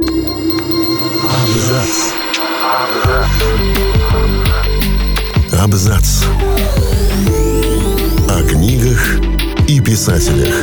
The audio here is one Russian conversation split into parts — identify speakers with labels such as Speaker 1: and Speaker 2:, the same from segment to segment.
Speaker 1: Абзац. Абзац. О книгах и писателях.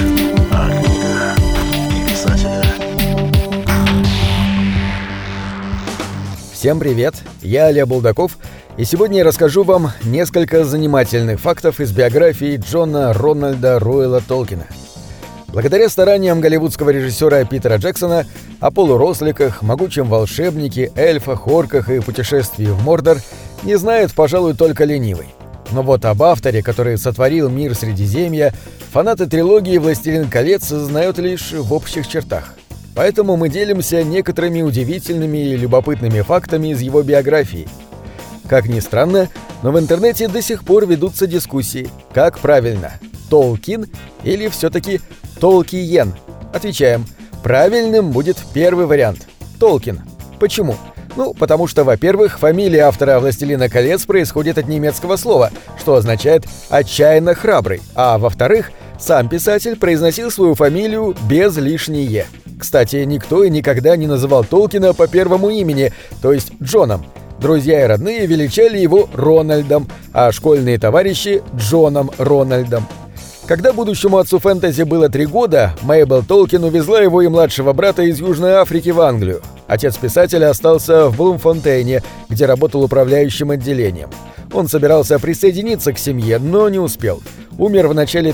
Speaker 2: Всем привет, я Илья Булдаков, и сегодня я расскажу вам несколько занимательных фактов из биографии Джона Рональда Руэлла Толкина. Благодаря стараниям голливудского режиссера Питера Джексона о полуросликах, могучем волшебнике, эльфах, орках и путешествии в Мордор не знает, пожалуй, только ленивый. Но вот об авторе, который сотворил мир Средиземья, фанаты трилогии «Властелин колец» знают лишь в общих чертах. Поэтому мы делимся некоторыми удивительными и любопытными фактами из его биографии. Как ни странно, но в интернете до сих пор ведутся дискуссии, как правильно – Толкин или все-таки Толкиен. Отвечаем, правильным будет первый вариант – Толкин. Почему? Потому что, во-первых, фамилия автора «Властелина колец» происходит от немецкого слова, что означает «отчаянно храбрый», а во-вторых, сам писатель произносил свою фамилию без лишней «е». Кстати, никто и никогда не называл Толкина по первому имени, то есть Джоном. Друзья и родные величали его Рональдом, а школьные товарищи — Джоном Рональдом. Когда будущему отцу фэнтези было 3 года, Мейбл Толкин увезла его и младшего брата из Южной Африки в Англию. Отец писателя остался в Блумфонтейне, где работал управляющим отделением. Он собирался присоединиться к семье, но не успел. Умер в начале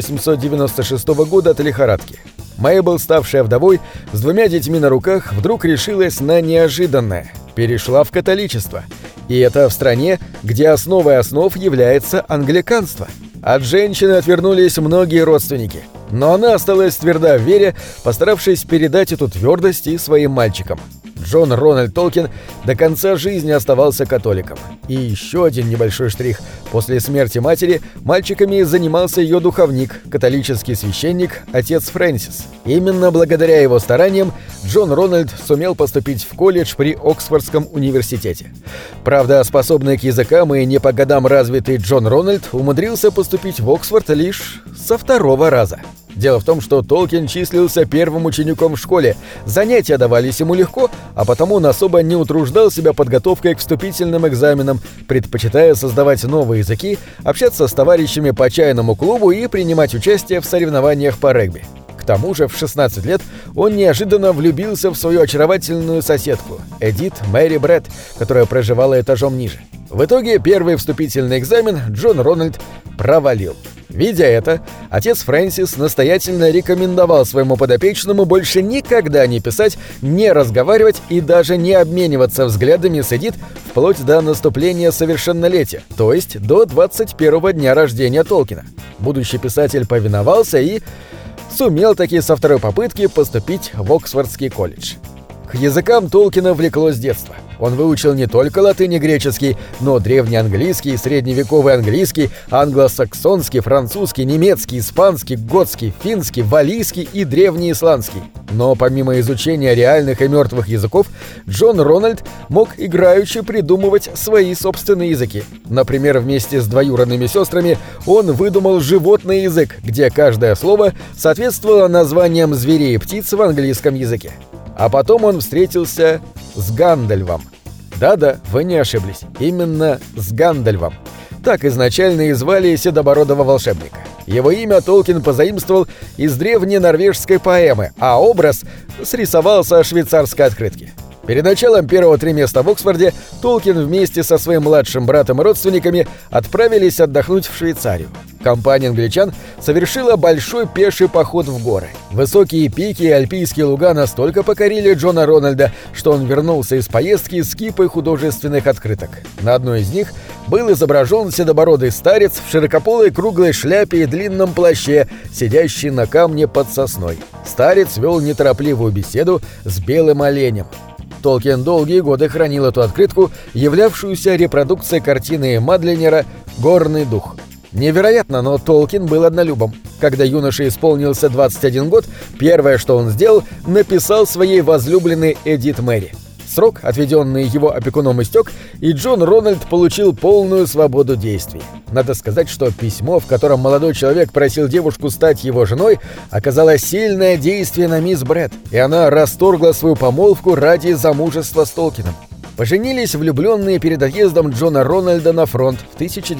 Speaker 2: 1896 года от лихорадки. Мейбл, ставшая вдовой, с 2 детьми на руках, вдруг решилась на неожиданное – перешла в католичество. И это в стране, где основой основ является англиканство. От женщины отвернулись многие родственники. Но она осталась тверда в вере, постаравшись передать эту твердость и своим мальчикам. Джон Рональд Толкин до конца жизни оставался католиком. И еще один небольшой штрих. После смерти матери мальчиками занимался ее духовник, католический священник, отец Фрэнсис. Именно благодаря его стараниям Джон Рональд сумел поступить в колледж при Оксфордском университете. Правда, способный к языкам и не по годам развитый Джон Рональд умудрился поступить в Оксфорд лишь со 2-го раза. Дело в том, что Толкин числился первым учеником в школе, занятия давались ему легко, а потому он особо не утруждал себя подготовкой к вступительным экзаменам, предпочитая создавать новые языки, общаться с товарищами по чайному клубу и принимать участие в соревнованиях по регби. К тому же в 16 лет он неожиданно влюбился в свою очаровательную соседку, Эдит Мэри Бретт, которая проживала этажом ниже. В итоге первый вступительный экзамен Джон Рональд провалил. Видя это, отец Фрэнсис настоятельно рекомендовал своему подопечному больше никогда не писать, не разговаривать и даже не обмениваться взглядами с Эдит вплоть до наступления совершеннолетия, то есть до 21-го дня рождения Толкина. Будущий писатель повиновался и сумел таки со 2-й попытки поступить в Оксфордский колледж. К языкам Толкина влекло с детства. Он выучил не только латынь и греческий, но древнеанглийский, средневековый английский, англосаксонский, французский, немецкий, испанский, готский, финский, валлийский и древнеисландский. Но помимо изучения реальных и мертвых языков, Джон Рональд мог играючи придумывать свои собственные языки. Например, вместе с двоюродными сестрами он выдумал животный язык, где каждое слово соответствовало названиям зверей и птиц в английском языке. А потом он встретился с Гандальфом. Да-да, вы не ошиблись, именно с Гандальфом. Так изначально и звали седобородого волшебника. Его имя Толкин позаимствовал из древней норвежской поэмы, а образ срисовал со швейцарской открытки. Перед началом 1-го триместра в Оксфорде Толкин вместе со своим младшим братом и родственниками отправились отдохнуть в Швейцарию. Компания англичан совершила большой пеший поход в горы. Высокие пики и альпийские луга настолько покорили Джона Рональда, что он вернулся из поездки с кипой художественных открыток. На одной из них был изображен седобородый старец в широкополой круглой шляпе и длинном плаще, сидящий на камне под сосной. Старец вел неторопливую беседу с белым оленем. Толкин долгие годы хранил эту открытку, являвшуюся репродукцией картины Мадлинера «Горный дух». Невероятно, но Толкин был однолюбом. Когда юноше исполнился 21 год, первое, что он сделал, написал своей возлюбленной Эдит Мэри. Срок, отведенный его опекуном, истек, и Джон Рональд получил полную свободу действий. Надо сказать, что письмо, в котором молодой человек просил девушку стать его женой, оказало сильное действие на мисс Брэд, и она расторгла свою помолвку ради замужества с Толкином. Поженились влюбленные перед отъездом Джона Рональда на фронт в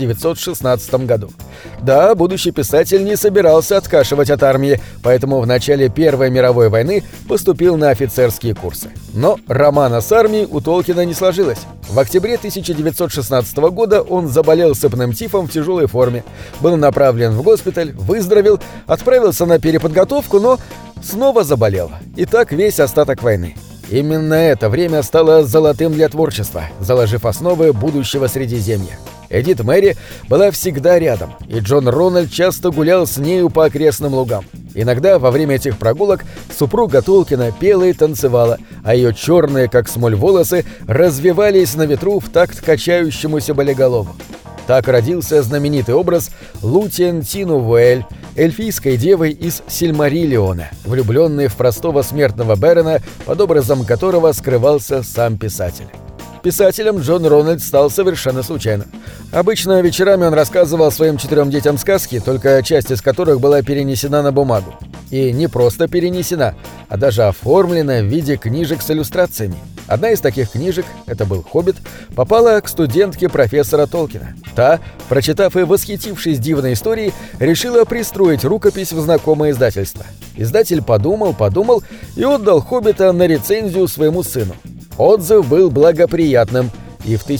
Speaker 2: 1916 году. Да, будущий писатель не собирался откашивать от армии, поэтому в начале Первой мировой войны поступил на офицерские курсы. Но романа с армией у Толкина не сложилось. В октябре 1916 года он заболел сыпным тифом в тяжелой форме, был направлен в госпиталь, выздоровел, отправился на переподготовку, но снова заболел. И так весь остаток войны. Именно это время стало золотым для творчества, заложив основы будущего Средиземья. Эдит Мэри была всегда рядом, и Джон Рональд часто гулял с нею по окрестным лугам. Иногда во время этих прогулок супруга Толкина пела и танцевала, а ее черные, как смоль, волосы развивались на ветру в такт качающемуся болиголову. Так родился знаменитый образ Лутиен Тинувуэль, эльфийской девой из Сильмариллиона, влюбленной в простого смертного Берена, под образом которого скрывался сам писатель. Писателем Джон Рональд стал совершенно случайно. Обычно вечерами он рассказывал своим 4 детям сказки, только часть из которых была перенесена на бумагу. И не просто перенесена, а даже оформлена в виде книжек с иллюстрациями. Одна из таких книжек, это был «Хоббит», попала к студентке профессора Толкина. Та, прочитав и восхитившись дивной историей, решила пристроить рукопись в знакомое издательство. Издатель подумал и отдал «Хоббита» на рецензию своему сыну. Отзыв был благоприятным, и в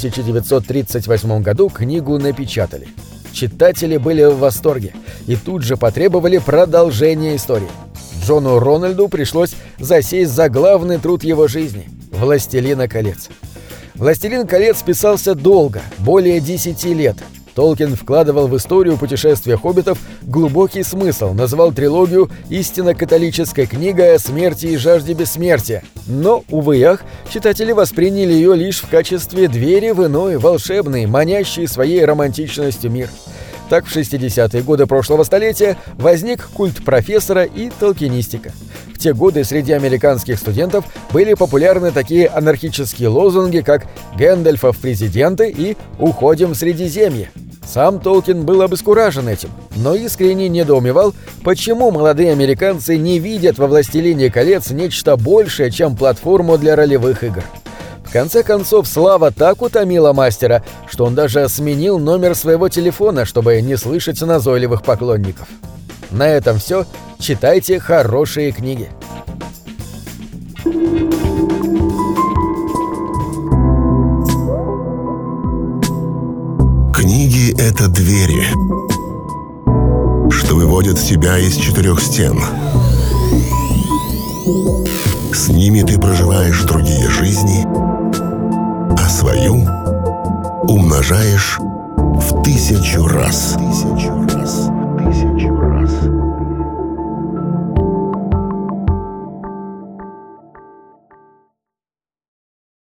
Speaker 2: 1938 году книгу напечатали. Читатели были в восторге и тут же потребовали продолжения истории. Джону Рональду пришлось засесть за главный труд его жизни – «Властелина колец». «Властелин колец» писался долго, более 10 лет. Толкин вкладывал в историю путешествия хоббитов глубокий смысл, назвал трилогию истинно католической книгой о смерти и жажде бессмертия. Но, увы и ах, читатели восприняли ее лишь в качестве двери в иной, волшебный, манящий своей романтичностью мир. Так в 60-е годы прошлого столетия возник культ профессора и толкинистика. В те годы среди американских студентов были популярны такие анархические лозунги, как «Гэндальфа в президенты» и «Уходим в Средиземье». Сам Толкин был обескуражен этим, но искренне недоумевал, почему молодые американцы не видят во «Властелине колец» нечто большее, чем платформу для ролевых игр. В конце концов, слава так утомила мастера, что он даже сменил номер своего телефона, чтобы не слышать назойливых поклонников. На этом все. Читайте хорошие книги.
Speaker 1: Книги — это двери, что выводят тебя из 4 стен. С ними ты проживаешь другие жизни, а свою умножаешь в 1000 раз.